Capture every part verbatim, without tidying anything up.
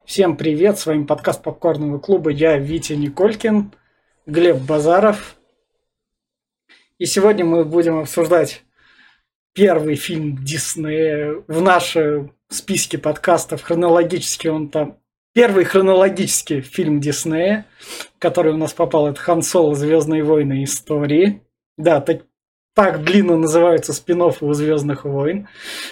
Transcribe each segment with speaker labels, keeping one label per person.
Speaker 1: Всем привет, с вами подкаст Попкорного клуба, я Витя Николькин, Глеб Базаров. И сегодня мы будем обсуждать первый фильм Диснея в нашем списке подкастов. Хронологически он там... Первый хронологический фильм Диснея, который у нас попал, это «Хан Соло. Звездные войны. Истории». Да, так, так длинно называются спин-оффы у «Звездных войн».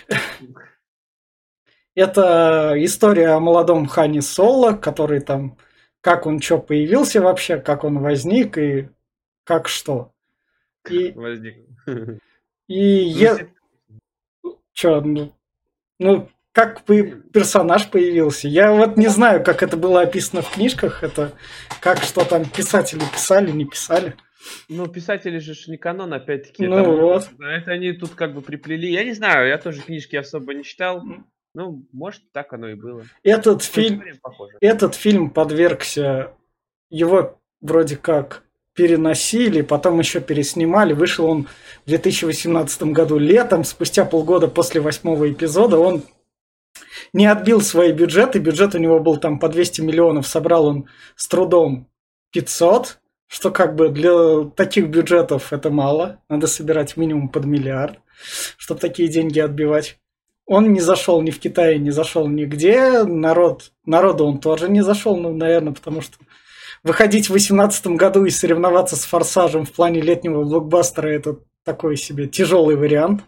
Speaker 1: Это история о молодом Хане Соло, который там, как он что появился вообще, как он возник и как что. И,
Speaker 2: возник.
Speaker 1: И я... Чё, ну, ну, как персонаж появился? Я вот не знаю, как это было описано в книжках, это как что там писатели писали, не писали.
Speaker 2: Ну, писатели же не канон, опять-таки.
Speaker 1: Ну
Speaker 2: это,
Speaker 1: вот.
Speaker 2: Это они тут как бы приплели. Я не знаю, я тоже книжки особо не читал. Ну, может, так оно и было.
Speaker 1: Этот фильм, этот фильм подвергся, его вроде как переносили, потом еще переснимали. Вышел он в две тысячи восемнадцатом году летом, спустя полгода после восьмого эпизода. Он не отбил свои бюджеты, бюджет у него был там по двести миллионов, собрал он с трудом пятьсот, что как бы для таких бюджетов это мало, надо собирать минимум под миллиард, чтобы такие деньги отбивать. Он не зашел ни в Китае, не зашел нигде, народ, народу он тоже не зашел, ну, наверное, потому что выходить в восемнадцатом году и соревноваться с «Форсажем» в плане летнего блокбастера – это такой себе тяжелый вариант.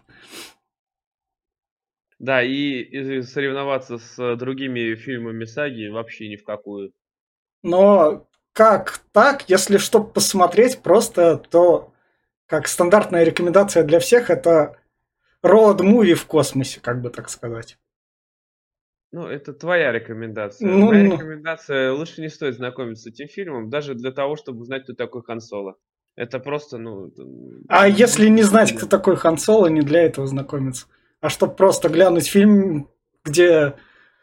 Speaker 2: Да, и, и соревноваться с другими фильмами саги вообще ни в какую.
Speaker 1: Но как так, если что посмотреть просто, то как стандартная рекомендация для всех – это роуд-муви в космосе, как бы так сказать.
Speaker 2: Ну, это твоя рекомендация.
Speaker 1: Ну,
Speaker 2: Моя
Speaker 1: ну.
Speaker 2: рекомендация – лучше не стоит знакомиться с этим фильмом, даже для того, чтобы узнать, кто такой Хан Соло. Это просто, ну... Это...
Speaker 1: А если не знать, кто такой Хан Соло, не для этого знакомиться. А чтобы просто глянуть фильм, где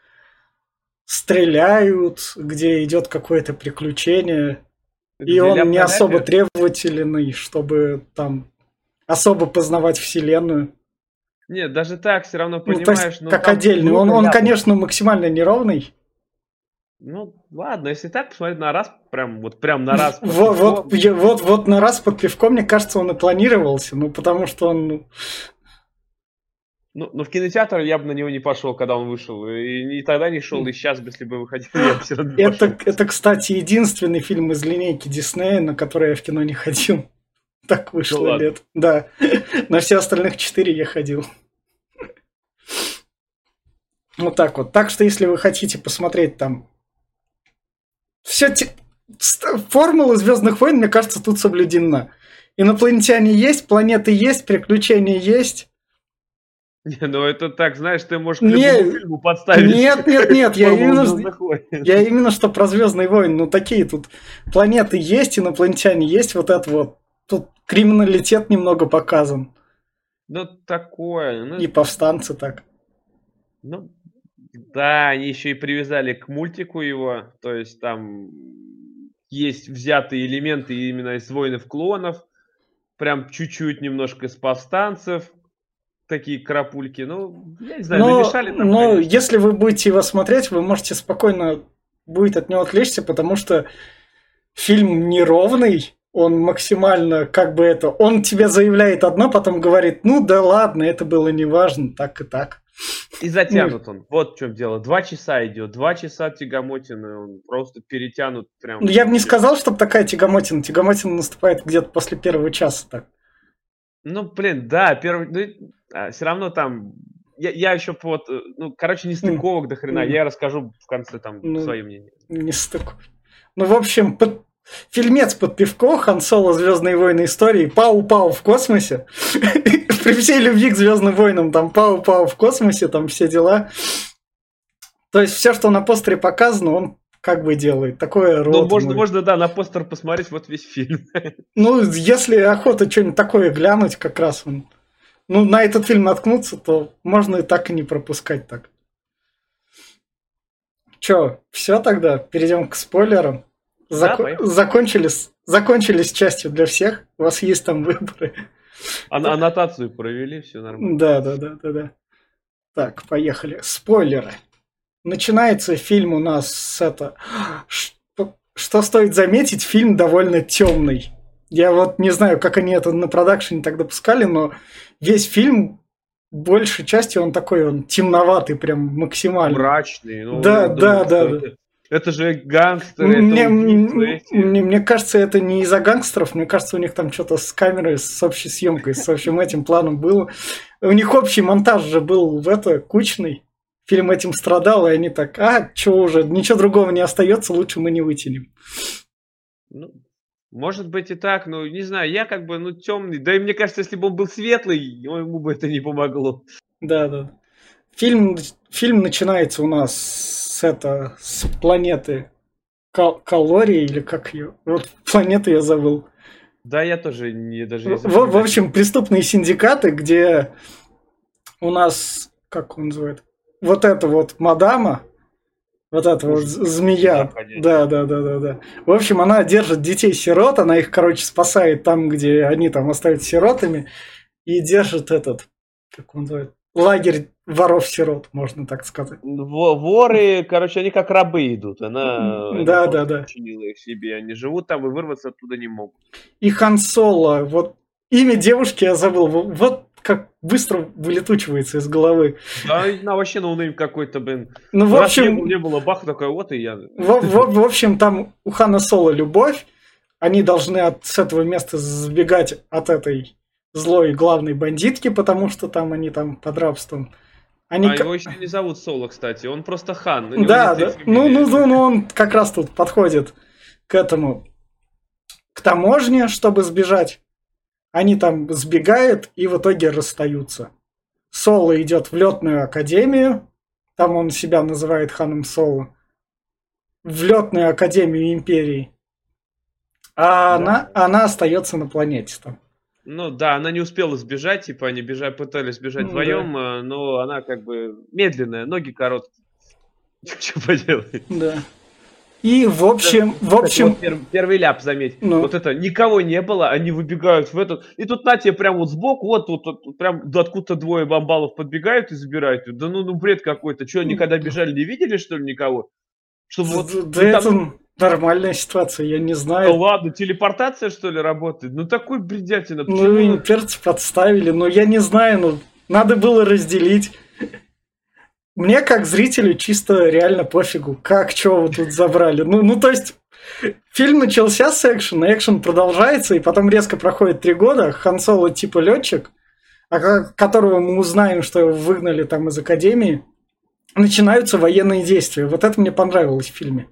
Speaker 1: стреляют, где идет какое-то приключение, где и он не особо требовательный, чтобы там особо познавать вселенную.
Speaker 2: Нет, даже так все равно понимаешь...
Speaker 1: Ну, то есть, ну, как отдельный. Он, он, конечно, максимально неровный.
Speaker 2: Ну, ладно, если так посмотреть на раз, прям вот прям на раз.
Speaker 1: Вот, вот, вот, вот на раз под пивком, мне кажется, он и планировался, ну, потому что он... Ну,
Speaker 2: ну, ну в кинотеатр я бы на него не пошел, когда он вышел. И, и тогда не шел, и сейчас, если бы выходил, я бы все равно не
Speaker 1: это,
Speaker 2: пошел.
Speaker 1: Это, кстати, единственный фильм из линейки Диснея, на который я в кино не ходил. Так вышло
Speaker 2: ну,
Speaker 1: лет. Да. На все остальных четыре я ходил. Вот так вот. Так что, если вы хотите посмотреть там... Все те... Формула «Звездных войн», мне кажется, тут соблюдена. Инопланетяне есть, планеты есть, приключения есть.
Speaker 2: Не, ну это так, знаешь, ты можешь к любому нет, фильму подставить.
Speaker 1: Нет, нет, нет, я именно, я именно что про «Звездные войны». Ну такие тут планеты есть, инопланетяне есть, вот это вот. Тут криминалитет немного показан.
Speaker 2: Ну такое. Ну...
Speaker 1: И повстанцы так.
Speaker 2: Ну, да, они еще и привязали к мультику его, то есть там есть взятые элементы именно из «Воинов клонов», прям чуть-чуть немножко из «Повстанцев», такие карапульки, ну, я не знаю, но, намешали там,
Speaker 1: но
Speaker 2: конечно.
Speaker 1: Если вы будете его смотреть, вы можете спокойно будет от него отвлечься, потому что фильм неровный, он максимально, как бы это, он тебе заявляет одно, потом говорит, ну да ладно, это было неважно, так и так.
Speaker 2: И затянут он. Вот в чем дело. Два часа идет, два часа тягомотины, он просто перетянут прям.
Speaker 1: Ну, я бы не сказал, чтобы такая тягомотина. Тягомотина наступает где-то после первого часа. Так.
Speaker 2: Ну, блин, да, первый. Ну, а, все равно там. Я, я еще вот, ну, короче, не стыковок mm. до хрена. Mm. Я расскажу в конце там ну, свое мнение.
Speaker 1: Не стыковок. Ну, в общем, под... фильмец под пивко, Хан Соло, Звездные войны истории, пау-пау в космосе. При всей любви к Звездным войнам, там пау-пау в космосе, там все дела. То есть все, что на постере показано, он как бы делает. Такое
Speaker 2: ну, можно, можно, да, на постер посмотреть вот весь фильм.
Speaker 1: Ну, если охота что-нибудь такое глянуть, как раз он. Ну, на этот фильм наткнуться, то можно и так и не пропускать так. Че, все тогда? Перейдем к спойлерам. Зак... Да, закончились, закончились частью для всех. У вас есть там выборы.
Speaker 2: А- аннотацию провели, все нормально.
Speaker 1: Да, да, да, да, да. Так, поехали. Спойлеры. начинается фильм у нас с это... Что, что стоит заметить, фильм довольно темный. Я вот не знаю, как они это на продакшене так допускали, но весь фильм, большей частью, он такой, он темноватый прям максимально.
Speaker 2: Мрачный. Ну,
Speaker 1: да,
Speaker 2: я
Speaker 1: да,
Speaker 2: думаю,
Speaker 1: да,
Speaker 2: что
Speaker 1: да.
Speaker 2: Это, это же гангстеры,
Speaker 1: Мне,
Speaker 2: это убийцы
Speaker 1: мне,
Speaker 2: эти.
Speaker 1: мне- мне кажется, это не из-за гангстеров, мне кажется, у них там что-то с камерой, с общей съемкой, с общим этим планом было. У них общий монтаж же был в это, кучный. Фильм этим страдал, и они так, а, что уже, ничего другого не остается, лучше мы не вытянем.
Speaker 2: Ну, может быть и так, но не знаю, я как бы, ну, темный. Да и мне кажется, если бы он был светлый, ему бы это не помогло.
Speaker 1: Да, да. Фильм, фильм начинается у нас с, это, с планеты Кал- Калории, или как ее, вот планету я забыл.
Speaker 2: Да, я тоже не, даже не
Speaker 1: В, в
Speaker 2: запоминаю.
Speaker 1: общем, преступные синдикаты, где у нас, как он называет, вот эта вот мадама, вот эта вот
Speaker 2: Ужас.
Speaker 1: з- змея,
Speaker 2: Да, понятно.
Speaker 1: да, да, да, да, да. В общем, она держит детей-сирот, она их, короче, спасает там, где они там остаются сиротами, и держит этот, как он называет, лагерь воров-сирот, можно так сказать.
Speaker 2: Во- Воры, короче, они как рабы идут. Она, они
Speaker 1: Да, да,
Speaker 2: просто
Speaker 1: да.
Speaker 2: подчинила их себе. Они живут там и вырваться оттуда не могут.
Speaker 1: И Хан Соло, вот имя девушки я забыл, во- вот как быстро вылетучивается из головы.
Speaker 2: Да, она вообще ноунейм какой-то, блин.
Speaker 1: Ну, в
Speaker 2: Раз не было,
Speaker 1: общем,
Speaker 2: не было, бах, такой, вот и я.
Speaker 1: в, в- в общем, там у Хана Соло любовь. Они должны от, с этого места сбегать от этой злой главной бандитки, потому что там они там под рабством. Они
Speaker 2: А
Speaker 1: ка-
Speaker 2: его еще не зовут Соло, кстати. Он просто хан. У него
Speaker 1: Да,
Speaker 2: нет своей
Speaker 1: да. Ну, ну,
Speaker 2: фамилии.
Speaker 1: ну, ну, он как раз тут подходит к этому, к таможне, чтобы сбежать. Они там сбегают и в итоге расстаются. Соло идет в летную академию, там он себя называет ханом Соло, в летную академию империи, а
Speaker 2: Да.
Speaker 1: она, она остается на планете там.
Speaker 2: Ну да, она не успела сбежать, типа они бежали, пытались бежать
Speaker 1: М,
Speaker 2: вдвоем, э, но она как бы медленная, ноги короткие. Что поделать?
Speaker 1: Да. И в общем, в
Speaker 2: Кстати,
Speaker 1: общем,
Speaker 2: вот пер- первый ляп, заметь.
Speaker 1: ну,
Speaker 2: Вот это, никого не было, они выбегают в этот. И тут на тебе прям вот сбоку, вот тут вот, вот прям да откуда-то двое бомбалов подбегают и забирают её. Да ну, ну бред какой-то. Что, никогда бежали, не видели, что ли, никого? Чтобы вот,
Speaker 1: д- да
Speaker 2: ну
Speaker 1: это
Speaker 2: там,
Speaker 1: нормальная ситуация, я не
Speaker 2: да
Speaker 1: знаю.
Speaker 2: ладно, телепортация, что ли, работает? Ну такой бредятина,
Speaker 1: Ну,
Speaker 2: почему?
Speaker 1: имперцы подставили, но я не знаю, ну, надо было разделить. Мне, как зрителю, чисто реально пофигу, как, что вы тут забрали. Ну, ну, то есть, фильм начался с экшена, экшен продолжается, и потом резко проходит три года, Хан Соло типа летчик, а ко- которого мы узнаем, что его выгнали там из академии, начинаются военные действия. Вот это мне понравилось в фильме.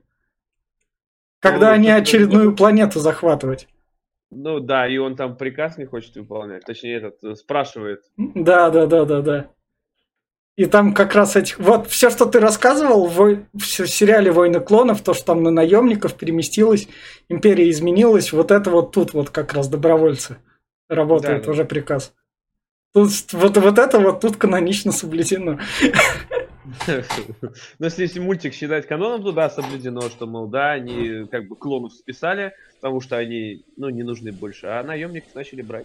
Speaker 1: Когда
Speaker 2: Ну,
Speaker 1: они
Speaker 2: то, что
Speaker 1: очередную
Speaker 2: он-
Speaker 1: планету захватывать.
Speaker 2: Ну да, и он там приказ не хочет выполнять. Точнее, этот э, спрашивает.
Speaker 1: Да, да, да, да, да. И там как раз этих... Вот все, что ты рассказывал в, вой- в се- сериале «Войны клонов», то, что там на наемников переместилось, империя изменилась, вот это вот тут вот как раз добровольцы работают,
Speaker 2: Да, да.
Speaker 1: уже приказ. Тут, вот, вот это вот тут канонично соблюдено.
Speaker 2: Ну, если, если мультик считать каноном, то да, соблюдено, что, мол, да, они как бы клонов списали, потому что они, ну, не нужны больше, а наемников начали брать.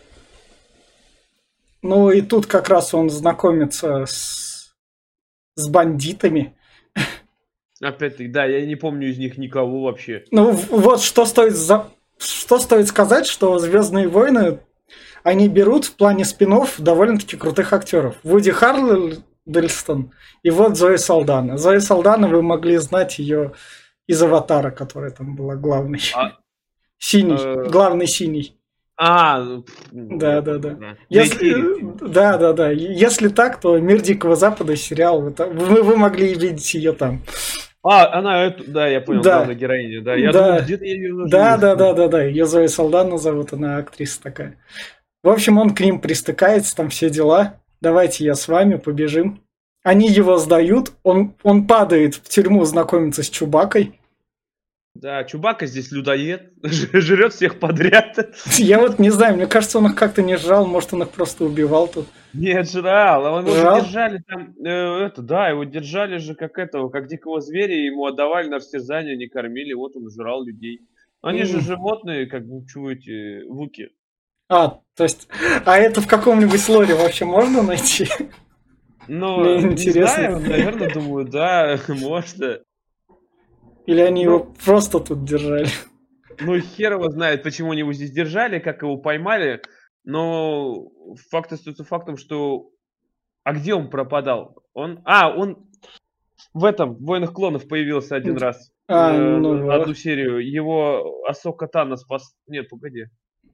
Speaker 1: Ну и тут как раз он знакомится с, с бандитами.
Speaker 2: Опять-таки, да, я не помню из них никого вообще.
Speaker 1: Ну в- вот что стоит, за... что стоит сказать, что «Звездные войны» они берут в плане спин-офф довольно-таки крутых актеров. Вуди Харрельстон и вот Зои Салдана. Зои Салдана вы могли знать ее из «Аватара», которая там была главной.
Speaker 2: А,
Speaker 1: Синий,
Speaker 2: э,
Speaker 1: главный синий.
Speaker 2: а, ну, пф, ну,
Speaker 1: Да,
Speaker 2: я
Speaker 1: да,
Speaker 2: понял,
Speaker 1: да.
Speaker 2: да.
Speaker 1: Если,
Speaker 2: Дейти.
Speaker 1: да, да, да. Если так, то «Мир Дикого Запада» сериал, вы, там- вы, вы могли видеть ее там.
Speaker 2: А, она эту, да, я понял,
Speaker 1: Да.
Speaker 2: главная героиня, да. Я
Speaker 1: Да.
Speaker 2: думал, где-то я ее уже
Speaker 1: Да,
Speaker 2: видел.
Speaker 1: да, да, да, да. Ее Зои Салдана зовут, она актриса такая. В общем, он к ним пристыкается, там все дела. Давайте я с вами, побежим. Они его сдают, он, он падает в тюрьму знакомиться с Чубакой.
Speaker 2: Да, Чубака здесь людоед, жрет всех подряд.
Speaker 1: Я вот не знаю, мне кажется, он их как-то не жрал, может, он их просто убивал тут.
Speaker 2: Нет, жрал, а его же
Speaker 1: Жрал?
Speaker 2: держали там, э, это, да, его держали же как этого, как дикого зверя, и ему отдавали на растерзание, не кормили, вот он жрал людей. Они же
Speaker 1: М.
Speaker 2: животные, как бы, чего эти, вуки.
Speaker 1: А, то есть, а это в каком-нибудь лоре вообще можно найти?
Speaker 2: Но
Speaker 1: Мне
Speaker 2: не
Speaker 1: интересно.
Speaker 2: знаю, наверное, думаю, да, можно.
Speaker 1: Или они его
Speaker 2: Ну,
Speaker 1: просто тут держали?
Speaker 2: ну, хер его знает, почему они его здесь держали, как его поймали. Но факт остается фактом, что... А где он пропадал? Он... А, он в этом, в «Войнах клонов» появился один раз. э,
Speaker 1: А, ну
Speaker 2: на одну
Speaker 1: вот.
Speaker 2: серию. Его Асока Тано спас... Нет, погоди.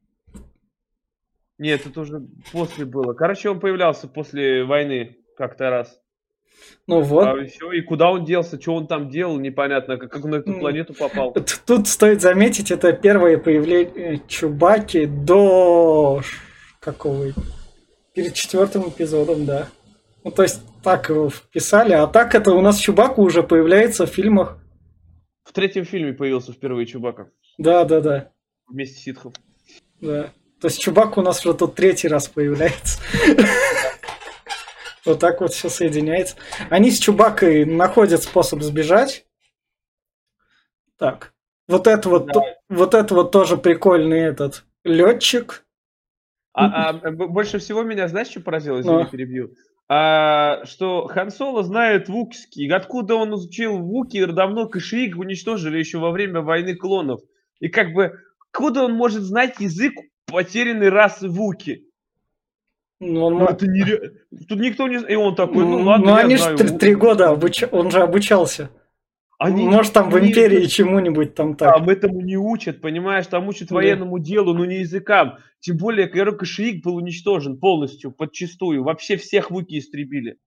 Speaker 2: Нет, это уже после было. Короче, он появлялся после войны как-то раз.
Speaker 1: Ну
Speaker 2: А
Speaker 1: вот.
Speaker 2: всё, и куда он делся, что он там делал, непонятно, как как он на эту
Speaker 1: М,
Speaker 2: планету попал.
Speaker 1: т- Тут стоит заметить, это первое появление Чубаки до ш- какого? Перед четвертым эпизодом, да. Ну, то есть так его вписали, а так это у нас Чубака уже появляется в фильмах.
Speaker 2: В третьем фильме появился впервые Чубака
Speaker 1: Да, да, да,
Speaker 2: вместе с ситхов.
Speaker 1: да. То есть Чубака у нас уже тут третий раз появляется. Вот так вот все соединяется. Они с Чубакой находят способ сбежать. Так. Вот это вот,
Speaker 2: Да.
Speaker 1: то- вот это вот тоже прикольный этот летчик.
Speaker 2: А, а, б больше всего меня, знаешь, что поразило? Извини,
Speaker 1: Но.
Speaker 2: перебью. А, что Хан Соло знает вукский. Откуда он изучил вуки? Давно Кашиик уничтожили еще во время войны клонов. И как бы, откуда он может знать язык потерянной расы вуки?
Speaker 1: Ну, он
Speaker 2: Ну
Speaker 1: мо-
Speaker 2: это нереально. Тут никто не... з- И он такой, ну
Speaker 1: М,
Speaker 2: ладно,
Speaker 1: Ну,
Speaker 2: я
Speaker 1: они же
Speaker 2: знаю
Speaker 1: три,
Speaker 2: вуки.
Speaker 1: три года обуч... он же обучался.
Speaker 2: Они
Speaker 1: Может, там в
Speaker 2: не...
Speaker 1: империи чему-нибудь там так.
Speaker 2: Там этому не учат, понимаешь? Там учат
Speaker 1: Да.
Speaker 2: военному делу, но не языкам. Тем более, когда Кашиик был уничтожен полностью, подчистую. Вообще всех вуки истребили.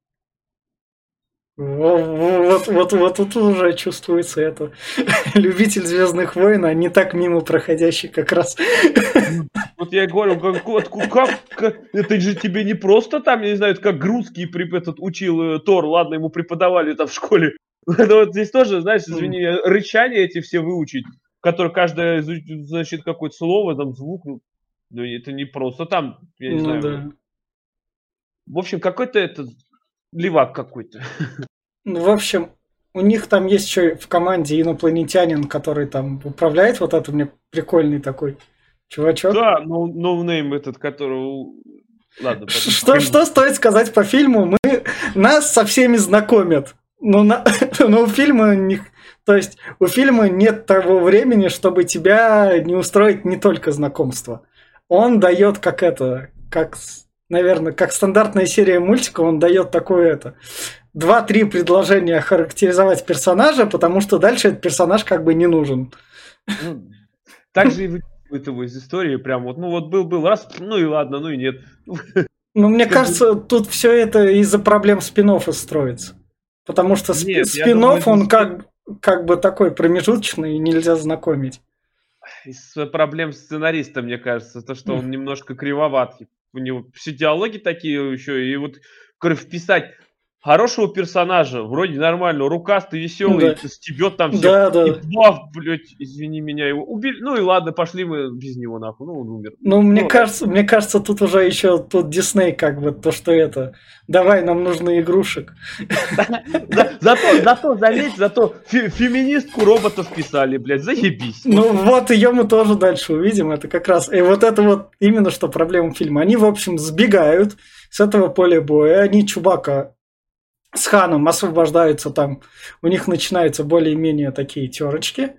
Speaker 1: Во- во- Вот, вот, вот тут уже чувствуется это. Любитель Звездных войн, а не так мимо проходящий как раз.
Speaker 2: Вот я и говорю, как, вот ку- как, как- это же тебе не просто там, я не знаю, как Грудский при- этот учил э, Тор, ладно, ему преподавали там в школе. Это вот здесь тоже, знаешь, извини, рычания эти все выучить, которые каждое, изу- значит, какое-то слово, там, звук, ну, ну, это не просто там, я не
Speaker 1: Ну
Speaker 2: знаю.
Speaker 1: да.
Speaker 2: В общем, какой-то это левак какой-то.
Speaker 1: Ну, в общем, у них там есть еще в команде инопланетянин, который там управляет. Вот это мне прикольный такой чувачок.
Speaker 2: Да, но ноунейм этот, которого... Ладно, потом
Speaker 1: Что,
Speaker 2: покажу.
Speaker 1: что стоит сказать по фильму? Мы, нас со всеми знакомят. Но, на, но у фильма не, то есть у фильма нет того времени, чтобы тебя не устроить не только знакомство. Он дает как это, как, с- наверное, как стандартная серия мультика, он дает такое это. Два-три предложения характеризовать персонажа, потому что дальше этот персонаж как бы не нужен.
Speaker 2: Ну, так же и выписывают его из истории, прям вот, ну вот был-был раз, ну и ладно, ну и нет.
Speaker 1: Но мне
Speaker 2: Как бы-
Speaker 1: кажется, тут все это из-за проблем спин строится. Потому что спи-
Speaker 2: Нет, я
Speaker 1: спин
Speaker 2: думаю, это
Speaker 1: он
Speaker 2: спин-
Speaker 1: как, как бы такой промежуточный, и нельзя знакомить.
Speaker 2: Из проблем сценариста, мне кажется, то, что он немножко кривоват. У него все диалоги такие еще, и вот, говорю, вписать хорошего персонажа, вроде нормально, рукастый, веселый,
Speaker 1: Да.
Speaker 2: стебет там всех.
Speaker 1: Да, да.
Speaker 2: И бах, блядь, извини меня, его убили. Ну и ладно, пошли мы без него нахуй, ну он умер.
Speaker 1: Ну, мне
Speaker 2: Ну,
Speaker 1: кажется, мне кажется, тут уже еще тут Дисней как бы то, что это. Давай, нам нужно игрушек.
Speaker 2: За- Зато, зато, заметь, зато фе- феминистку роботов писали, блядь, заебись.
Speaker 1: Ну вот ее мы тоже дальше увидим. Это как раз. И вот это вот именно что проблема фильма. Они, в общем, сбегают с этого поля боя. Они Чубака с Ханом освобождаются там. У них начинаются более-менее такие терочки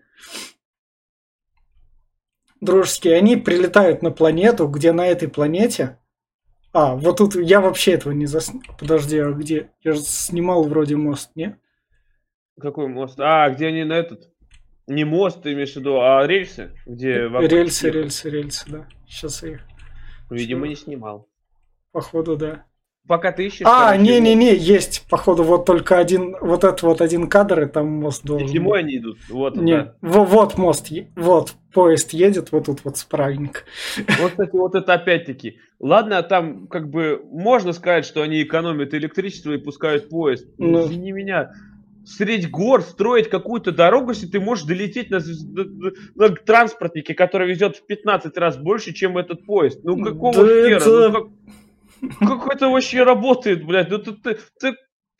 Speaker 1: дружеские. Они прилетают на планету, где на этой планете... А, вот тут я вообще этого не заснял. Подожди, а где? Я же снимал вроде мост, не?
Speaker 2: Какой мост? А, где они на этот? Не мост, ты имеешь в виду, а рельсы? Где вагончик
Speaker 1: Рельсы,
Speaker 2: ехал?
Speaker 1: рельсы, рельсы, да. Сейчас я их...
Speaker 2: Видимо, не снимал.
Speaker 1: Походу, да.
Speaker 2: Пока ты ищешь,
Speaker 1: А,
Speaker 2: короче,
Speaker 1: не-не-не, есть, походу, вот только один, вот этот вот один кадр, и там мост
Speaker 2: вот
Speaker 1: должен
Speaker 2: зимой
Speaker 1: быть.
Speaker 2: они идут. Вот он,
Speaker 1: Не,
Speaker 2: да.
Speaker 1: во- вот мост, е- вот поезд едет, вот тут вот справненько.
Speaker 2: Вот, кстати, вот это опять-таки. Ладно, там как бы можно сказать, что они экономят электричество и пускают поезд. Но,
Speaker 1: Ну.
Speaker 2: извини меня, средь гор строить какую-то дорогу, если ты можешь долететь на, з- на- на- на транспортнике, который везет в пятнадцать раз больше, чем этот поезд. Ну какого
Speaker 1: Да
Speaker 2: хера?
Speaker 1: это-
Speaker 2: Ну, как, как это вообще работает, блядь? Ну ты, ты, ты,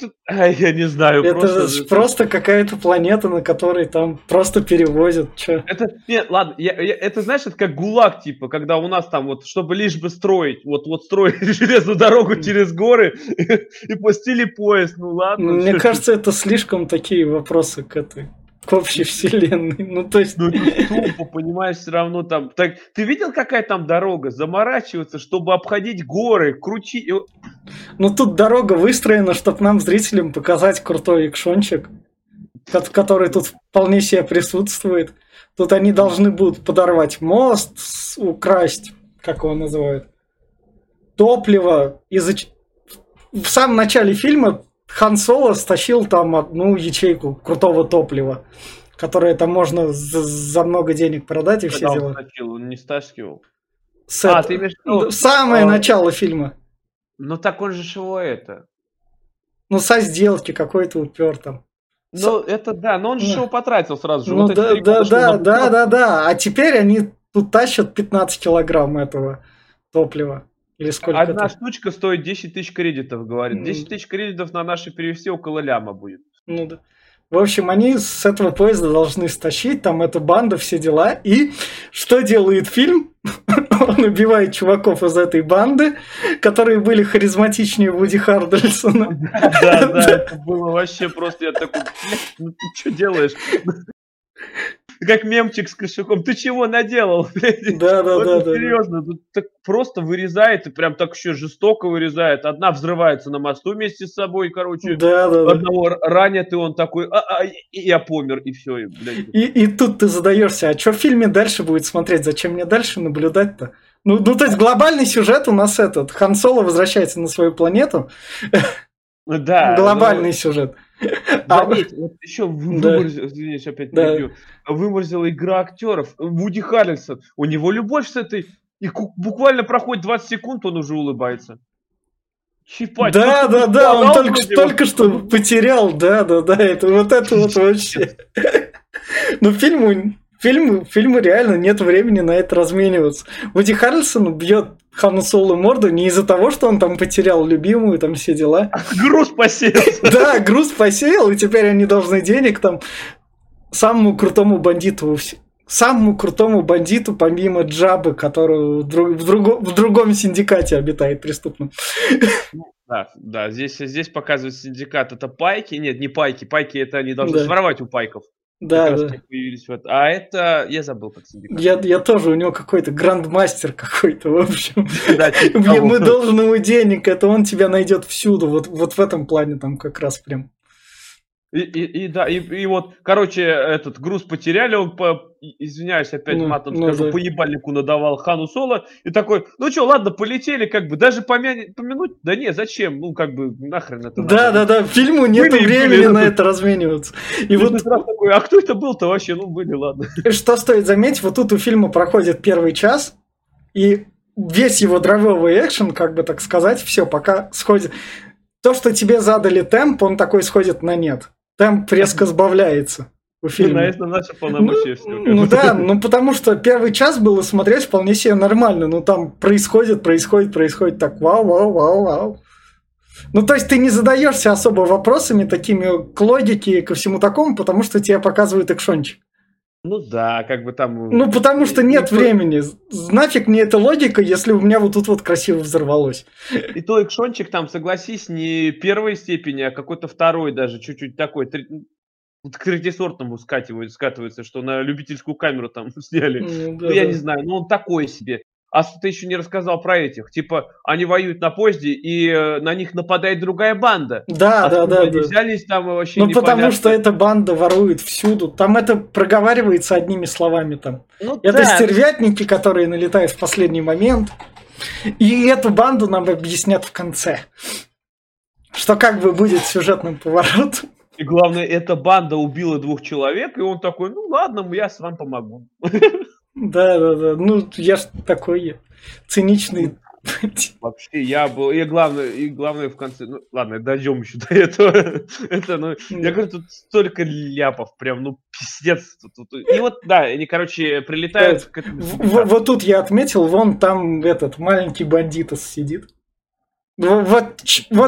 Speaker 2: А, я не знаю,
Speaker 1: Это
Speaker 2: просто...
Speaker 1: ж просто какая-то планета, на которой там просто перевозят. Чё?
Speaker 2: Это, нет, ладно, я, я, это, знаешь, это как ГУЛАГ, типа, когда у нас там вот, чтобы лишь бы строить, вот, вот строить железную дорогу через горы и, и пустили поезд, ну ладно.
Speaker 1: Мне кажется, это слишком такие вопросы к этой, к общей вселенной. Ну, то есть...
Speaker 2: Ну, это тупо, понимаешь, все равно там... Так, ты видел, какая там дорога? Заморачиваться, чтобы обходить горы, крутить...
Speaker 1: Ну, тут дорога выстроена, чтобы нам, зрителям, показать крутой экшончик, который тут вполне себе присутствует. Тут они должны будут подорвать мост, украсть, как его называют, топливо. Из-за... В самом начале фильма Хан Соло стащил там одну ячейку крутого топлива, которое там можно за, за много денег продать и
Speaker 2: Когда
Speaker 1: все
Speaker 2: он
Speaker 1: дела.
Speaker 2: стащил, он не стащил.
Speaker 1: С
Speaker 2: А,
Speaker 1: это...
Speaker 2: ты имеешь в виду...
Speaker 1: Самое
Speaker 2: а...
Speaker 1: начало фильма.
Speaker 2: Ну так он же его это...
Speaker 1: Ну, со сделки какой-то упер там.
Speaker 2: Ну, С... это да, но он же его потратил сразу же.
Speaker 1: Ну,
Speaker 2: вот
Speaker 1: да, да, да, да, да, да. А теперь они тут тащат пятнадцать килограмм этого топлива. Или сколько
Speaker 2: Одна
Speaker 1: это?
Speaker 2: штучка стоит десять тысяч кредитов, говорит. десять тысяч кредитов на наши перевести около ляма будет.
Speaker 1: Ну да. В общем, они с этого поезда должны стащить, там эта банда, все дела. И что делает фильм? Он убивает чуваков из этой банды, которые были харизматичнее Вуди Харрельсона.
Speaker 2: Да, да, это было вообще просто, я такой, ну ты что делаешь? Как мемчик с кошельком. Ты чего наделал?
Speaker 1: Да, да, да, да.
Speaker 2: Серьезно, тут так просто вырезает, и прям так еще жестоко вырезает. Одна взрывается на мосту вместе с собой, короче.
Speaker 1: Да, да,
Speaker 2: одного да. ранят, и он такой, а, а, и я помер, и все. И,
Speaker 1: и, и тут ты задаешься, а что в фильме дальше будет смотреть? Зачем мне дальше наблюдать-то? Ну, ну, то есть глобальный сюжет у нас этот. Хан Соло возвращается на свою планету.
Speaker 2: Да.
Speaker 1: Глобальный
Speaker 2: но...
Speaker 1: сюжет.
Speaker 2: Заметь, вот еще выморзил, извините, опять перебью, выморзила игра актеров. Вуди Харрельсон, у него любовь с этой, и буквально проходит двадцать секунд, он уже улыбается.
Speaker 1: Чипать, да, да, да, он только, только что потерял, да, да, да, это вот это вот вообще. Ну, фильму, фильму, фильму реально нет времени на это размениваться. Вуди Харрельсон бьет Хану Соло морду не из-за того, что он там потерял любимую, там все дела.
Speaker 2: Груз посеял. Да,
Speaker 1: груз посеял, и теперь они должны денег там самому крутому бандиту, самому крутому бандиту, помимо Джабы, который в, друг, в, друго, в другом синдикате обитает преступном.
Speaker 2: Да, да, здесь, здесь показывает синдикат, это пайки, нет, не пайки, пайки это они должны да. своровать у пайков.
Speaker 1: Да, да.
Speaker 2: Появились вот. А это, я забыл, как синдикат.
Speaker 1: Я, я тоже, у него какой-то грандмастер какой-то, в общем. Да, типа мы должны ему денег, это он тебя найдет всюду, вот, вот в этом плане там как раз прям.
Speaker 2: И, и, и да, и, и вот, короче, этот груз потеряли, он по, извиняюсь, опять ну, матом ну, скажу, да. по ебальнику надавал Хану Соло, и такой, ну что, ладно, полетели, как бы, даже помянуть, помянуть, да не, зачем, ну как бы, нахрен это
Speaker 1: Да, надо. да, да, фильму нет были, времени были, на это размениваться. И, и вот
Speaker 2: такой, а кто это был-то вообще, ну были, ладно.
Speaker 1: Что стоит заметить, вот тут у фильма проходит первый час, и весь его драйвовый экшен, как бы так сказать, все, пока сходит. То, что тебе задали темп, он такой сходит на нет. Темп резко сбавляется у фильма.
Speaker 2: Ну, наше полномочия все.
Speaker 1: Ну да, ну потому что первый час было смотреть вполне себе нормально. Ну там происходит, происходит, происходит так вау, вау, вау, вау. Ну то есть ты не задаешься особо вопросами такими к логике и ко всему такому, потому что тебе показывают экшончик.
Speaker 2: Ну да, как бы там...
Speaker 1: Ну потому что нет и времени. То... Нафиг мне эта логика, если у меня вот тут вот красиво взорвалось.
Speaker 2: И то экшончик там, согласись, не первой степени, а какой-то второй даже, чуть-чуть такой, три... к третьесортному скатывается, скатывается, что на любительскую камеру там сняли. Ну, да, ну я да. не знаю, ну он такой себе. А ты еще не рассказал про этих. Типа, они воюют на поезде, и э, на них нападает другая банда.
Speaker 1: Да, да, да.
Speaker 2: Они
Speaker 1: да.
Speaker 2: взялись там вообще
Speaker 1: Ну,
Speaker 2: непонятно.
Speaker 1: потому что эта банда ворует всюду. Там это проговаривается одними словами там. Ну, это да. стервятники, которые налетают в последний момент. И эту банду нам объяснят в конце. Что как бы будет сюжетным поворотом.
Speaker 2: И главное, эта банда убила двух человек, и он такой, ну ладно, я с вами помогу.
Speaker 1: Да, да, да. Ну, я ж такой циничный.
Speaker 2: Вообще, я был. И главное, и главное в конце. Ну, ладно, дойдем еще до этого. Это, ну, я говорю, тут столько ляпов, прям, ну, пиздец. И вот, да, они, короче, прилетают к этому.
Speaker 1: Вот тут я отметил, вон там этот маленький бандитос сидит. Вот, вот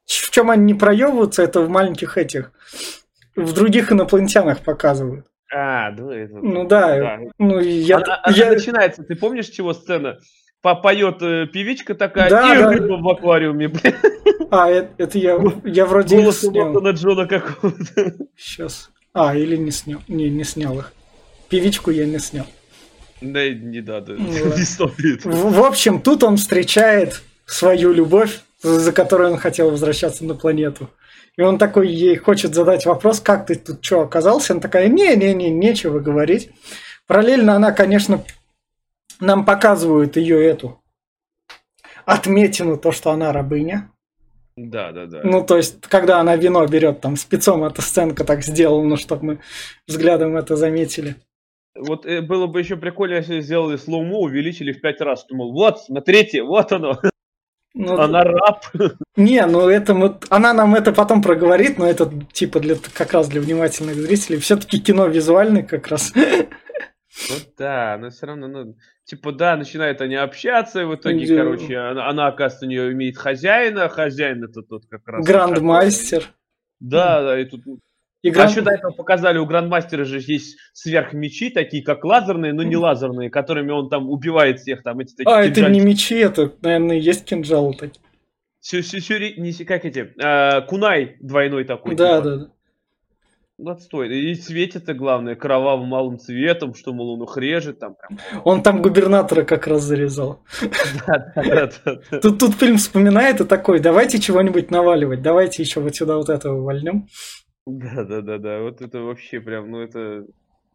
Speaker 1: в чем они не проебываются, это в маленьких этих, в других инопланетянах показывают.
Speaker 2: А, ну это...
Speaker 1: Ну да,
Speaker 2: да.
Speaker 1: ну я...
Speaker 2: Она, она
Speaker 1: я...
Speaker 2: начинается, ты помнишь, чего сцена? Поет э, певичка такая,
Speaker 1: да,
Speaker 2: и
Speaker 1: да.
Speaker 2: рыба в аквариуме, блин.
Speaker 1: А, это, это я, я вроде
Speaker 2: Голос
Speaker 1: их снял.
Speaker 2: на Джона какого-то.
Speaker 1: Сейчас. А, или не снял. Не, не снял их. Певичку я не снял.
Speaker 2: Да, не надо.
Speaker 1: Ну,
Speaker 2: не стоит.
Speaker 1: В, в общем, тут он встречает свою любовь, за которой он хотел возвращаться на планету. И он такой ей хочет задать вопрос, как ты тут что оказался? Она такая, не-не-не, нечего говорить. Параллельно она, конечно, нам показывают ее эту отметину, то, что она рабыня.
Speaker 2: Да, да, да.
Speaker 1: Ну, то есть, когда она вино берет, там, спецом эта сценка так сделана, чтобы мы взглядом это заметили.
Speaker 2: Вот э, было бы еще прикольно, если сделали слоумо, увеличили в пять раз. Думал, вот, смотрите, вот оно. Ну, она раб.
Speaker 1: Не, ну это мы, она нам это потом проговорит, но это типа для как раз для внимательных зрителей. Все-таки кино визуальное как раз.
Speaker 2: Ну да, но все равно, ну, типа, да, начинают они общаться, и в итоге, да. короче, она, она, оказывается, у нее имеет хозяина, а хозяин это тот как раз...
Speaker 1: Грандмастер.
Speaker 2: Да, да, и тут... И гранд... А еще до этого показали, у Грандмастера же есть сверхмечи, такие как лазерные, но не лазерные, которыми он там убивает всех, там эти такие...
Speaker 1: А, кинжальчики. Это не мечи, это, наверное, есть кинжалы такие.
Speaker 2: Сюрюри, не как эти, а, кунай двойной такой.
Speaker 1: Да,
Speaker 2: типа.
Speaker 1: да, да.
Speaker 2: Отстой. И светит-то, главное, кровавым малым цветом, что, мол, он их режет там. Прям.
Speaker 1: Он там губернатора как раз зарезал.
Speaker 2: Да, да, да.
Speaker 1: Тут, тут фильм вспоминает и такой, давайте чего-нибудь наваливать, давайте еще вот сюда вот этого вольнем.
Speaker 2: Да, да, да, да. Вот это вообще прям, ну это...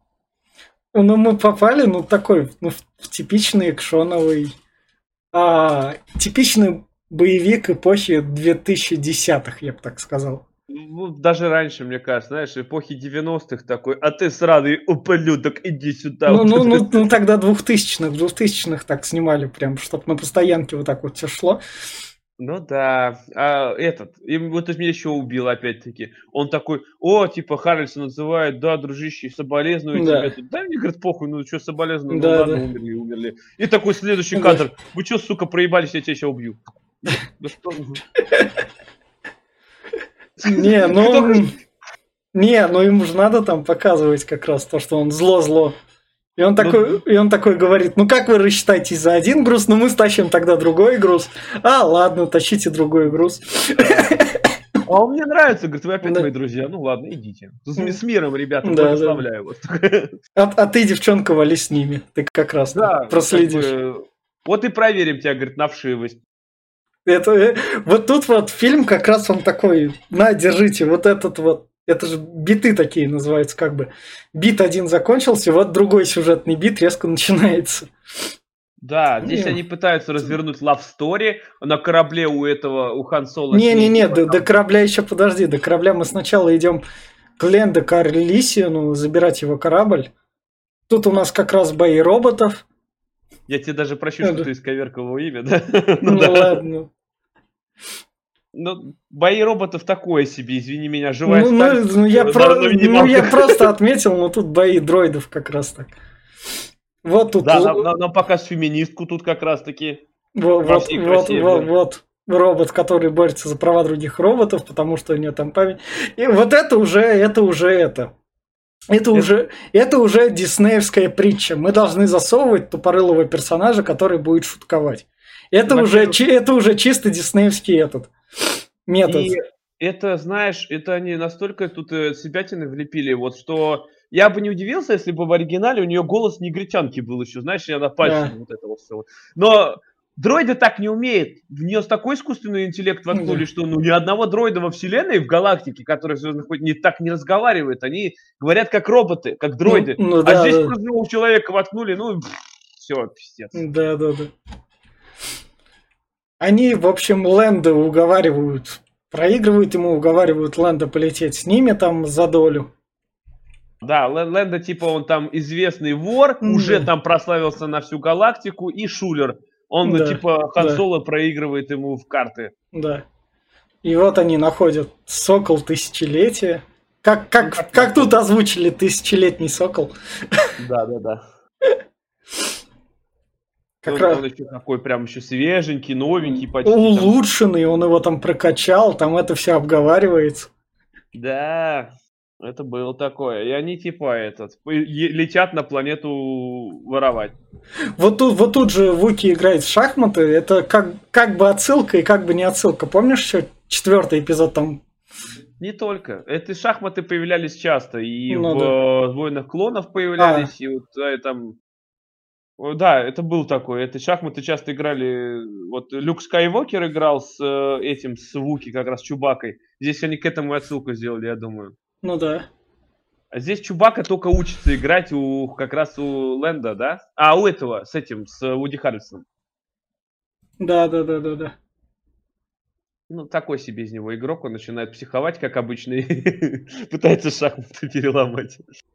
Speaker 1: Ну, мы попали, ну, такой, ну, в типичный экшоновый, а, типичный боевик эпохи двухтысячных, я бы так сказал.
Speaker 2: Ну, даже раньше, мне кажется, знаешь, эпохи девяностых такой, а ты сраный ублюдок, иди сюда.
Speaker 1: Ну, ну, ну, ну тогда двухтысячных, двухтысячных так снимали прям, чтобы на постоянке вот так вот все шло.
Speaker 2: Ну да, а этот, и вот меня еще убил опять-таки. Он такой, о, типа Харрельсон называет, да, дружище, соболезную
Speaker 1: да.
Speaker 2: тебе тут. Да мне, говорит, похуй, ну что соболезную, ну
Speaker 1: да,
Speaker 2: ладно,
Speaker 1: да.
Speaker 2: умерли, умерли. И такой следующий да. кадр, вы что, сука, проебались, я тебя сейчас убью. Да что?
Speaker 1: Не, ну... Не, ну ему же надо там показывать как раз то, что он зло-зло. И он, такой, ну, и он такой говорит, ну как вы рассчитаете за один груз, ну мы стащим тогда другой груз. А, ладно, тащите другой груз.
Speaker 2: А он мне нравится, говорит, вы опять да. мои друзья. Ну ладно, идите. С, с миром, ребята, да, благословляю вас.
Speaker 1: А, а ты, девчонка, вали с ними. Ты как раз да, проследишь.
Speaker 2: Как бы, вот и проверим тебя, говорит, на вшивость.
Speaker 1: Это, вот тут вот фильм как раз он такой, на, держите, вот этот вот. Это же биты такие называются, как бы. Бит один закончился, вот другой сюжетный бит резко начинается.
Speaker 2: Да, здесь они пытаются развернуть love story на корабле у этого, у Хан Соло.
Speaker 1: Не-не-не, до, до корабля еще подожди. До корабля мы сначала идем к Лэндо Карлисиону забирать его корабль. Тут у нас как раз бои роботов.
Speaker 2: Я тебе даже прощу, что ты исковеркал его имя, да?
Speaker 1: Ну ладно.
Speaker 2: Ну, бои роботов такое себе, извини меня, живая
Speaker 1: ну,
Speaker 2: сталь.
Speaker 1: Ну, я, про... ну я просто отметил, но тут бои дроидов как раз так. Вот тут...
Speaker 2: Да, нам, нам показ феминистку тут как раз таки.
Speaker 1: Вот, вот, вот, вот, вот робот, который борется за права других роботов, потому что у него там память. И вот это уже, это уже это. Это, это... уже, это уже диснеевская притча. Мы должны засовывать тупорылого персонажа, который будет шутковать. Это, уже, это уже чисто диснеевский этот метод.
Speaker 2: И это, знаешь, это они настолько тут себятины влепили, вот что я бы не удивился, если бы в оригинале у нее голос негритянки был еще, знаешь, и она пальцем да. вот это вот все. Но дроиды так не умеют. В нее такой искусственный интеллект воткнули, да. что ну ни одного дроида во вселенной, в галактике, который хоть не так не разговаривает, они говорят как роботы, как дроиды. Ну, ну, а да, здесь да. просто у человека воткнули, ну все, пиздец.
Speaker 1: Да, да, да. Они, в общем, Лэнда уговаривают, проигрывают ему, уговаривают Лэнда полететь с ними там за долю.
Speaker 2: Да, Лэнда, типа, он там известный вор, mm-hmm. уже там прославился на всю галактику, и шулер. Он, да, типа, Хан Соло да. проигрывает ему в карты.
Speaker 1: Да. И вот они находят сокол тысячелетия. Как, как, как, как тут озвучили тысячелетний сокол.
Speaker 2: Да, да, да.
Speaker 1: Как
Speaker 2: Он,
Speaker 1: раз
Speaker 2: он еще такой прям еще свеженький, новенький почти. Там.
Speaker 1: улучшенный, он его там прокачал, там это все обговаривается.
Speaker 2: Да, это было такое. И они типа этот п- е- летят на планету воровать.
Speaker 1: Вот тут, вот тут же Вуки играет в шахматы, это как, как бы отсылка и как бы не отсылка. Помнишь еще четвертый эпизод там?
Speaker 2: Не только. Эти шахматы появлялись часто. И
Speaker 1: Ну
Speaker 2: в
Speaker 1: да.
Speaker 2: э, «Войнах клонов» появлялись, и вот э, там... О, да, это был такой. Эти шахматы часто играли... Вот Люк Скайуокер играл с э, этим, с Вуки, как раз Чубакой. Здесь они к этому и отсылку сделали, я думаю.
Speaker 1: Ну да.
Speaker 2: А здесь Чубака только учится играть у как раз у Лэнда, да? А, у этого, с этим, с Вуди Харрельсоном.
Speaker 1: Да, да, да, да, да.
Speaker 2: Ну, такой себе из него игрок, он начинает психовать, как обычно, и пытается шахматы переломать.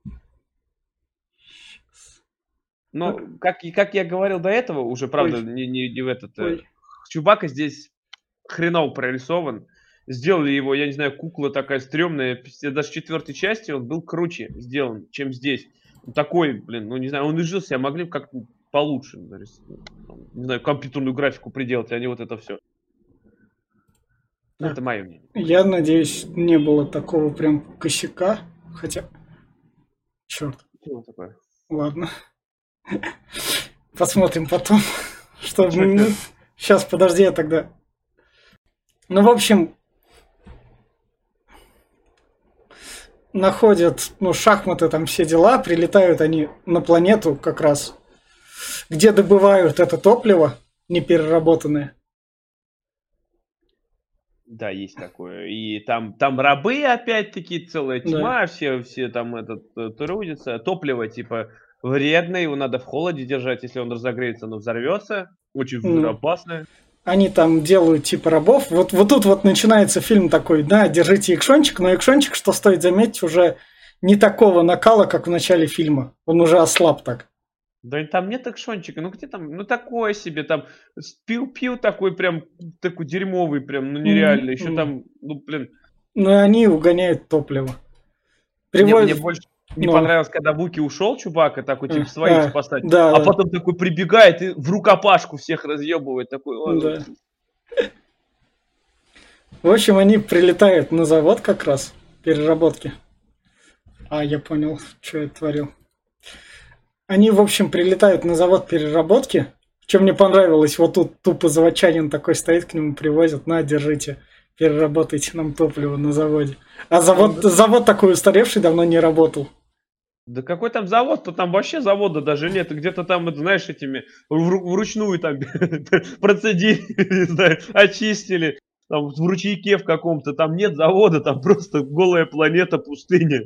Speaker 2: Но, как, и- как я говорил до этого, уже, правда,
Speaker 1: Ой.
Speaker 2: не, не, не в этот... э,
Speaker 1: Ой.
Speaker 2: Чубака здесь хреново прорисован. Сделали его, я не знаю, кукла такая стрёмная. пи- Даже в четвертой части он был круче сделан, чем здесь. Он такой, блин, ну не знаю, он изжился, а могли бы как-то получше, нарис- ну, там, не знаю, компьютерную графику приделать, а не вот это все. Ну,
Speaker 1: Так.
Speaker 2: это мое мнение.
Speaker 1: Я надеюсь, не было такого прям косяка. Хотя... Черт,
Speaker 2: Что такое?
Speaker 1: ладно. Посмотрим потом. Что...
Speaker 2: Чё
Speaker 1: ну,
Speaker 2: это?
Speaker 1: Сейчас, подожди, я тогда... Ну, в общем, находят, ну, шахматы, там все дела, прилетают они на планету как раз, где добывают это топливо непереработанное.
Speaker 2: Да, есть такое. И там, там рабы, опять-таки, целая
Speaker 1: Да.
Speaker 2: тьма, все, все там этот, э, трудятся. Топливо, типа, вредное, его надо в холоде держать, если он разогреется, оно взорвется. Очень
Speaker 1: Ну.
Speaker 2: взрывоопасное.
Speaker 1: Они там делают типа рабов. Вот, вот тут вот начинается фильм такой, да, держите экшончик, но экшончик, что стоит заметить, уже не такого накала, как в начале фильма. Он уже ослаб так.
Speaker 2: Да и там нет экшончика, ну где там, ну такое себе, там пил-пил такой прям, такой дерьмовый прям, ну нереально, еще
Speaker 1: Мгм.
Speaker 2: там, ну блин,
Speaker 1: Ну и они угоняют топливо.
Speaker 2: мне, мне
Speaker 1: Привозят...
Speaker 2: больше не
Speaker 1: ну.
Speaker 2: понравилось, когда Вуки ушел, Чубака, такой, типа,
Speaker 1: А,
Speaker 2: своих
Speaker 1: а,
Speaker 2: спасать,
Speaker 1: да,
Speaker 2: а
Speaker 1: да,
Speaker 2: потом такой прибегает и в рукопашку всех разъебывает, такой, ой,
Speaker 1: да. В общем, они прилетают на завод как раз переработки. А, я понял, что я творил. Они, в общем, прилетают на завод переработки. Что мне понравилось, вот тут тупо заводчанин такой стоит, к нему привозят, на, держите, переработайте нам топливо на заводе. А завод, завод такой устаревший, давно не работал.
Speaker 2: Да какой там завод-то, там вообще завода даже нет, где-то там, это, знаешь, этими, вру- вручную там процедили, не знаю, очистили, там в ручейке в каком-то, там нет завода, там просто голая планета, пустыня.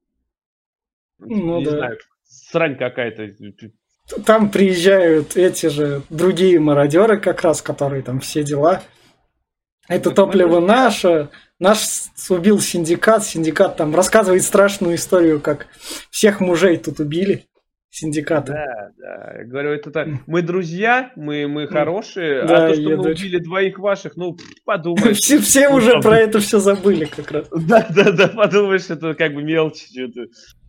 Speaker 1: Ну
Speaker 2: Не
Speaker 1: да.
Speaker 2: знаю, срань какая-то.
Speaker 1: Там приезжают эти же другие мародеры как раз, которые там все дела. Это
Speaker 2: Так
Speaker 1: топливо
Speaker 2: мы-
Speaker 1: наше. Наш с- убил синдикат. Синдикат там рассказывает страшную историю, как всех мужей тут убили. Синдикаты.
Speaker 2: Да, да. Я говорю, это так,
Speaker 1: М.
Speaker 2: мы друзья, мы, мы хорошие,
Speaker 1: Да,
Speaker 2: а то, что
Speaker 1: я
Speaker 2: мы
Speaker 1: дочь.
Speaker 2: убили двоих ваших, ну, подумаешь.
Speaker 1: Все, все
Speaker 2: Ну,
Speaker 1: уже
Speaker 2: там-
Speaker 1: про это все забыли как раз.
Speaker 2: Да, да, да, подумаешь, это как бы мелочь что-то.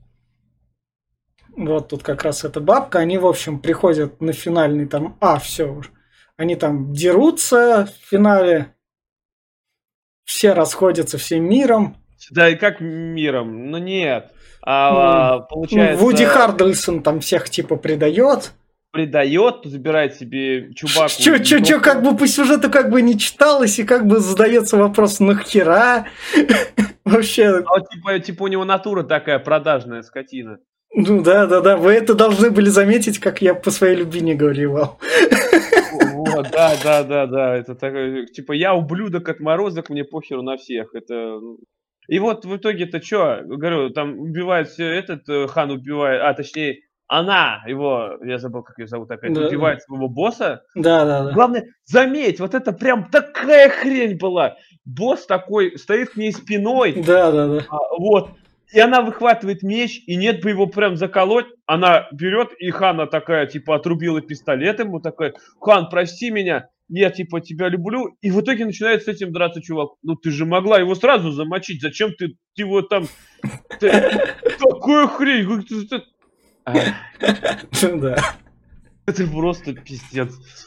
Speaker 1: Вот тут как раз эта бабка. Они, в общем, приходят на финальный там... А, все уже. Они там дерутся в финале. Все расходятся всем миром.
Speaker 2: Да, и как миром? Ну нет. А,
Speaker 1: Ну,
Speaker 2: получается,
Speaker 1: Вуди Харрельсон там всех типа предает.
Speaker 2: предает, забирает себе Чубаку.
Speaker 1: Че, че, че, как бы по сюжету как бы не читалось, и как бы задается вопрос, нахера? Вообще,
Speaker 2: А вот, типа, типа у него натура такая продажная скотина.
Speaker 1: ну да, да, да, вы это должны были заметить, как я по своей любви не говорил.
Speaker 2: Вот, да, да, да, да. Это такой, типа, я ублюдок, отморозок, мне похеру на всех. Это. ну. И вот в итоге-то что? Говорю, там убивает все этот э, хан убивает, а точнее, она его, я забыл, как ее зовут опять,
Speaker 1: Да,
Speaker 2: убивает своего босса.
Speaker 1: Да, да, да.
Speaker 2: Главное, заметь, вот это прям такая хрень была. Босс такой стоит к ней спиной,
Speaker 1: Да, да, да.
Speaker 2: а, вот. И она выхватывает меч, и нет бы его прям заколоть. Она берет, и Хана такая, типа, отрубила пистолет ему, такая, Хан, прости меня, я, типа, тебя люблю. И в итоге начинает с этим драться чувак. Ну, ты же могла его сразу замочить, зачем ты его там... Ты... Такая хрень! как ты- ты- Ах,
Speaker 1: Да.
Speaker 2: Это просто пиздец.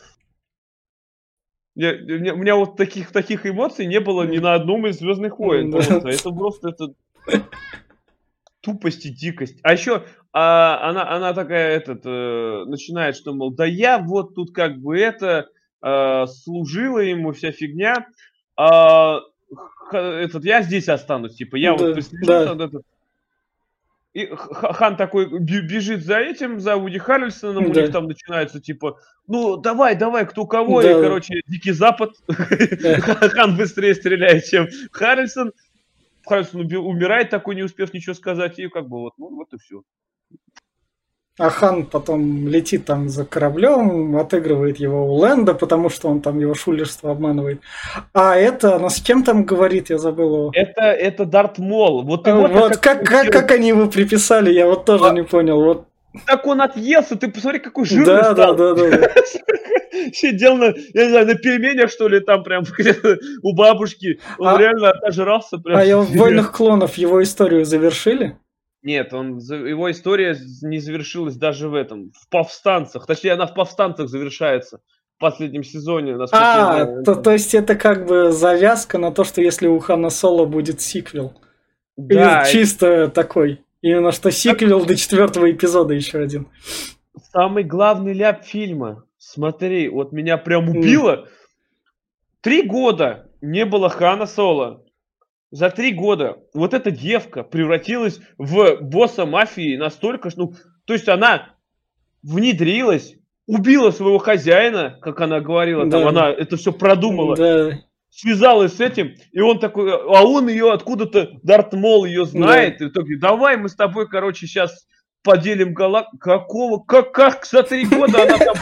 Speaker 2: Я, у, меня, у меня вот таких, таких эмоций не было ни на одном из Звездных войн. Просто. Это просто это тупость и дикость. А еще а, она, она такая этот, э, начинает, что, мол, да я вот тут как бы это э, служила ему вся фигня. А, х, этот, я здесь останусь. Типа, я
Speaker 1: Да,
Speaker 2: вот прислежу
Speaker 1: да.
Speaker 2: там этот. И Хан такой бежит за этим, за Вуди Харрельсоном, у
Speaker 1: Да.
Speaker 2: них там начинается типа, ну давай, давай, кто кого,
Speaker 1: Да.
Speaker 2: и, короче, Дикий Запад. Хан быстрее стреляет, чем Харрельсон. Харрельсон умирает, такой, не успев ничего сказать, и как бы вот, ну вот и все.
Speaker 1: А Хан потом летит там за кораблем, отыгрывает его у Лэнда, потому что он там его шулерство обманывает. А это, она с кем там говорит, я забыл его.
Speaker 2: Это, это Дарт Мол. Вот, его
Speaker 1: вот как, как, как они его приписали, я вот тоже а, не понял. Вот.
Speaker 2: Так он отъелся, ты посмотри, какой жирный
Speaker 1: да,
Speaker 2: стал.
Speaker 1: Да, да, да.
Speaker 2: Сидел на, я не знаю, на пельменях, что ли, там прям у бабушки. Он а, реально отожрался. Прям.
Speaker 1: А его в «Войнах клонов» его историю завершили?
Speaker 2: Нет, он, его история не завершилась даже в этом, в «Повстанцах». Точнее, она в «Повстанцах» завершается в последнем сезоне.
Speaker 1: А, то, то есть это как бы завязка на то, что если у Хана Соло будет сиквел. Да. Или чисто это... такой. Именно что сиквел так... до четвертого эпизода еще один.
Speaker 2: Самый главный ляп фильма. Смотри, вот меня прям убило. Три года не было Хана Соло. За три года вот эта девка превратилась в босса мафии настолько, что, ну, то есть она внедрилась, убила своего хозяина, как она говорила, да. Там она это все продумала, да. Связалась с этим, и он такой, а он ее откуда-то, Дарт Мол ее знает, да. И такой, давай мы с тобой, короче, сейчас поделим галактику. Какого? Как, как за три года она там...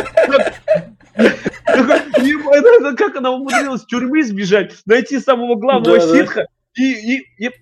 Speaker 2: Как она умудрилась с тюрьмы сбежать, найти самого главного да, ситха, да. И, и, и...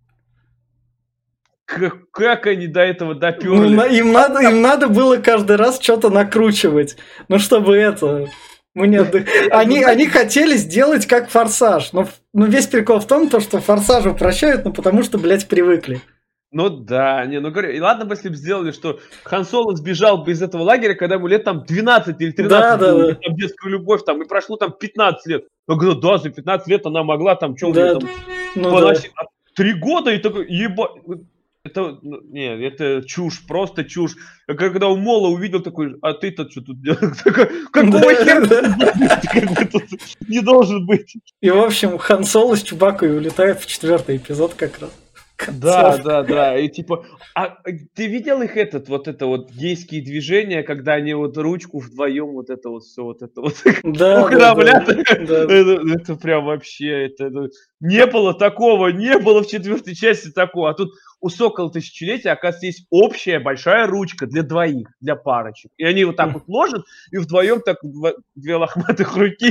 Speaker 2: Как, как они до этого доперли?
Speaker 1: Ну, им, надо, им надо было каждый раз что-то накручивать, ну чтобы это... Мне... Они, они хотели сделать как «Форсаж», но, но весь прикол в том, то, что «Форсажу» прощают, ну потому что, блядь, привыкли.
Speaker 2: Ну да, не, ну говорю, и ладно бы, если бы сделали, что Хан Соло сбежал бы из этого лагеря, когда ему лет там двенадцать или тринадцать, да, было, да, да. Там детскую любовь, там, и прошло там пятнадцать лет. Я говорю, да, за пятнадцать лет она могла там, что да, там, ну, поносить, да. Три года, и такой, еба... Это, не, это чушь, просто чушь. Когда у Мола увидел такой, а ты-то что тут делаешь? Какого хера не должен быть?
Speaker 1: И, в общем, Хан Соло с Чубакой улетает в четвертый эпизод как раз.
Speaker 2: Да, да, да, и типа, а ты видел их этот, вот это вот гейские движения, когда они вот ручку вдвоем, вот это вот все, вот это вот,
Speaker 1: да,
Speaker 2: у корабля, да, да, да. Это, это прям вообще, это, это, не было такого, не было в четвертой части такого, а тут у Сокола Тысячелетия, оказывается, есть общая большая ручка для двоих, для парочек, и они вот так вот ложат, и вдвоем так две лохматых руки.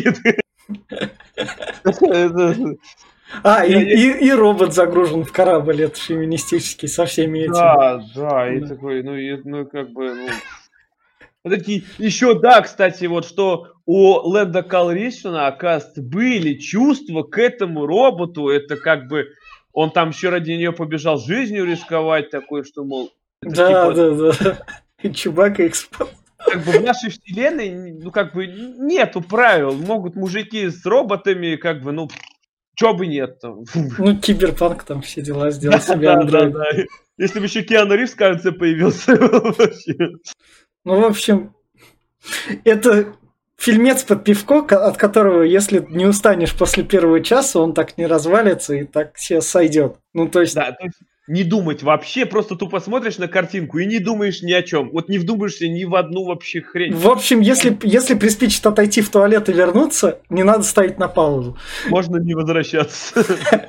Speaker 1: А, и, и, и робот загружен в корабль, это феминистический, со всеми этими.
Speaker 2: Да, да, и да. Такой, ну, и, ну, как бы, ну... Вот такие, еще, да, кстати, вот, что у Лэнда Калрисона, оказывается, были чувства к этому роботу, это как бы, он там еще ради нее побежал жизнью рисковать, такой, что, мол...
Speaker 1: Да, типа, да, да, и Чубака экспорт.
Speaker 2: Как бы в нашей вселенной, ну, как бы, нету правил, могут мужики с роботами, как бы, ну... Чё бы нет там.
Speaker 1: Ну, Киберпанк там все дела сделал себе
Speaker 2: да, да, да. Если бы еще Киану Ривз, кажется, появился.
Speaker 1: Ну, в общем, это фильмец под пивко, от которого, если не устанешь после первого часа, он так не развалится и так все сойдет. Ну, то есть...
Speaker 2: Да, то есть не думать вообще, просто тупо смотришь на картинку и не думаешь ни о чем. Вот не вдумаешься ни в одну вообще хрень.
Speaker 1: В общем, если, если приспичит отойти в туалет и вернуться, не надо ставить на паузу.
Speaker 2: Можно не возвращаться.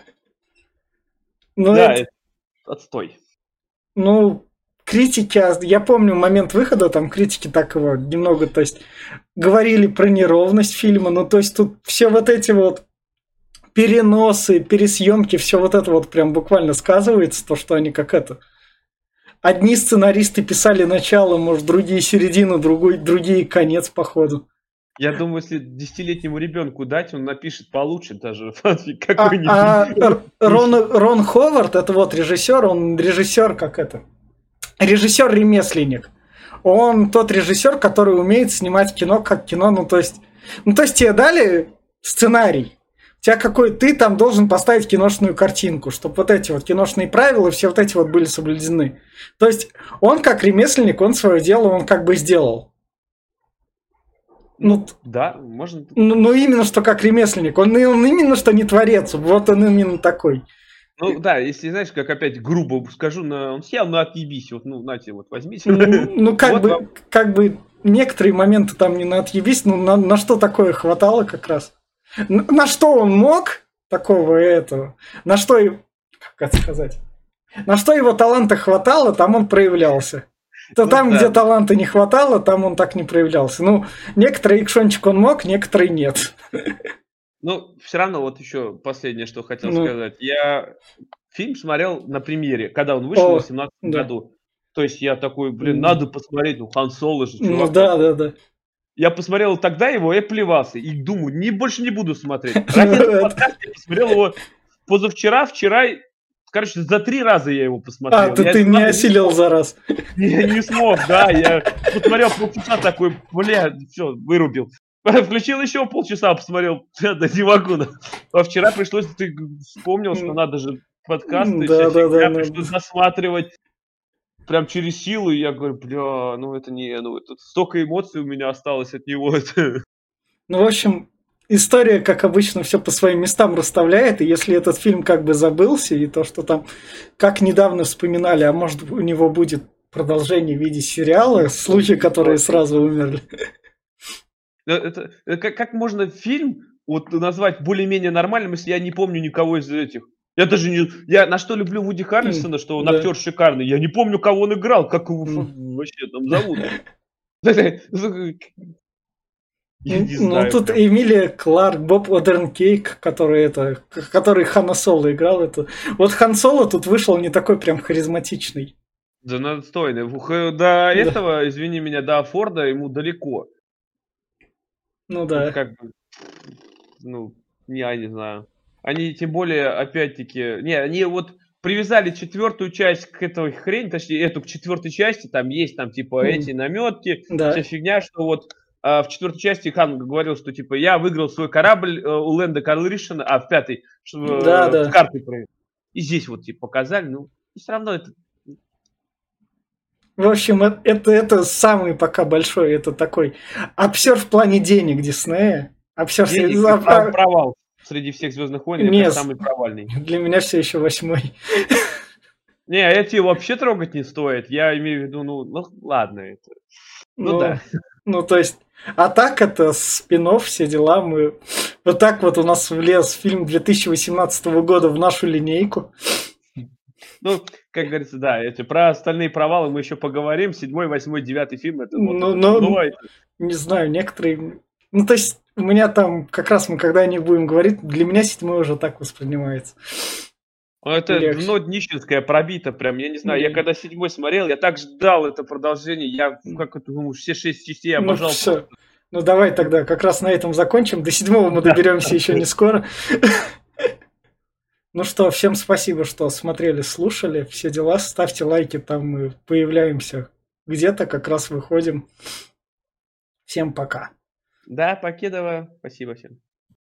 Speaker 2: Да, это отстой.
Speaker 1: Ну, критики, я помню момент выхода, там критики так его немного, то есть, говорили про неровность фильма, ну, то есть, тут все вот эти вот переносы, пересъемки, все вот это вот прям буквально сказывается, то, что они как это... Одни сценаристы писали начало, может, другие середину, другой, другие конец, походу.
Speaker 2: Я думаю, если десятилетнему ребенку дать, он напишет получше даже фанфик какой-нибудь.
Speaker 1: А, а Рон, Рон Ховард, это вот режиссер, он режиссер как это... Режиссер-ремесленник. он тот режиссер, который умеет снимать кино как кино. Ну, то есть, ну, то есть тебе дали сценарий. У тебя какой ты там должен поставить киношную картинку, чтобы вот эти вот киношные правила, все вот эти вот были соблюдены. То есть он как ремесленник, он свое дело, он как бы сделал.
Speaker 2: Ну, да, можно.
Speaker 1: Ну, ну, именно что как ремесленник. Он, он именно что не творец. Вот он именно такой.
Speaker 2: Ну да, если, знаешь, как опять грубо скажу, на, он сел, ну отъебись, вот, ну, нате, вот, возьмите.
Speaker 1: Ну, как
Speaker 2: вот
Speaker 1: бы,
Speaker 2: вам.
Speaker 1: как бы некоторые моменты там не на отъебись, но на, на что такое хватало как раз. На, на что он мог такого этого, на что, как это сказать, на что его таланта хватало, там он проявлялся. То
Speaker 2: Ну,
Speaker 1: там,
Speaker 2: да.
Speaker 1: где таланта не хватало, там он так не проявлялся. Ну, некоторые экшончик он мог, некоторые нет.
Speaker 2: Ну, все равно, вот еще последнее, что хотел
Speaker 1: Ну.
Speaker 2: сказать. Я фильм смотрел на премьере, когда он вышел
Speaker 1: О,
Speaker 2: в две тысячи восемнадцатом
Speaker 1: да.
Speaker 2: году. То есть я такой, блин,
Speaker 1: М.
Speaker 2: надо посмотреть, ну, Хан Соло же, чувак.
Speaker 1: Ну да, да, да.
Speaker 2: Я посмотрел тогда его и плевался. И думаю, не, больше не буду смотреть. Ради этого подкаста я посмотрел его позавчера, вчера. Короче, за три раза я его посмотрел.
Speaker 1: А, ты,
Speaker 2: я
Speaker 1: ты не
Speaker 2: надо,
Speaker 1: осилил
Speaker 2: смог.
Speaker 1: за раз.
Speaker 2: Не, не смог, да. Я посмотрел полчаса такой, бля, все, вырубил. Включил еще полчаса, посмотрел, да, не могу. А вчера пришлось, ты вспомнил, что надо же подкасты,
Speaker 1: да,
Speaker 2: вся
Speaker 1: да,
Speaker 2: фигня,
Speaker 1: да,
Speaker 2: пришлось досматривать прям через силу. И я говорю, бля, ну это не, ну это столько эмоций у меня осталось от него.
Speaker 1: Ну, в общем, история, как обычно, все по своим местам расставляет, и если этот фильм как бы забылся, и то, что там, как недавно вспоминали, а может у него будет продолжение в виде сериала, случаи, которые сразу умерли.
Speaker 2: Это, это как, как можно фильм вот назвать более-менее нормальным, если я не помню никого из этих? Я даже не... Я на что люблю Вуди Харрельсона, что он
Speaker 1: да.
Speaker 2: актер шикарный. Я не помню, кого он играл, как его
Speaker 1: Mm.
Speaker 2: вообще там зовут. Я не
Speaker 1: Ну,
Speaker 2: знаю.
Speaker 1: тут
Speaker 2: прям.
Speaker 1: Эмилия Кларк, Боб Одернкейк, который это, который Хана Соло играл. Это. Вот Хан Соло тут вышел не такой прям харизматичный.
Speaker 2: Да, настойный. До да. этого, извини меня, до Форда ему далеко.
Speaker 1: Ну да.
Speaker 2: Тут как бы, ну, я не знаю. Они тем более, опять-таки, не, они вот привязали четвертую часть к этой хрени, точнее, эту к четвертой части, там есть там типа
Speaker 1: Mm.
Speaker 2: эти наметки,
Speaker 1: Да.
Speaker 2: вся фигня, что вот а, в четвертой части Хан говорил, что типа я выиграл свой корабль э, у Лэнда Карлишина, а в пятой что,
Speaker 1: Да,
Speaker 2: э,
Speaker 1: да.
Speaker 2: в карты проверил. И здесь вот типа показали, ну, все равно это.
Speaker 1: В общем, это, это, это самый пока большой, это такой обсер в плане денег Диснея. Обсер
Speaker 2: Денег,
Speaker 1: среди-
Speaker 2: и прав- провал среди всех Звездных войн,
Speaker 1: Нет.
Speaker 2: это самый провальный.
Speaker 1: Для меня все еще восьмой.
Speaker 2: Не, эти вообще трогать не стоит. Я имею в виду, ну, ну ладно, это. Ну,
Speaker 1: Ну,
Speaker 2: да.
Speaker 1: Ну, то есть, а так это спин-офф, все дела. Мы... Вот так вот у нас влез фильм две тысячи восемнадцатого года в нашу линейку.
Speaker 2: Ну, как говорится, да, эти, про остальные провалы мы еще поговорим. Седьмой, восьмой, девятый фильм, это вот
Speaker 1: Ну,
Speaker 2: это
Speaker 1: но,
Speaker 2: кино, это-
Speaker 1: не знаю, некоторые... Ну, то есть, у меня там, как раз мы когда о них будем говорить, для меня седьмой уже так воспринимается.
Speaker 2: Ну, это
Speaker 1: Легче.
Speaker 2: дно днищенское пробито прям, я не знаю, я
Speaker 1: Мгм.
Speaker 2: когда седьмой смотрел, я так ждал это продолжение, я, как это, думаю, все шесть частей
Speaker 1: Ну,
Speaker 2: обожал.
Speaker 1: все.
Speaker 2: просто.
Speaker 1: Ну, давай тогда как раз на этом закончим. До седьмого мы
Speaker 2: Да.
Speaker 1: доберемся еще не скоро. Ну что, всем спасибо, что смотрели, слушали. Все дела. Ставьте лайки, там мы появляемся где-то, как раз выходим. Всем пока.
Speaker 2: Да, покедово, спасибо всем.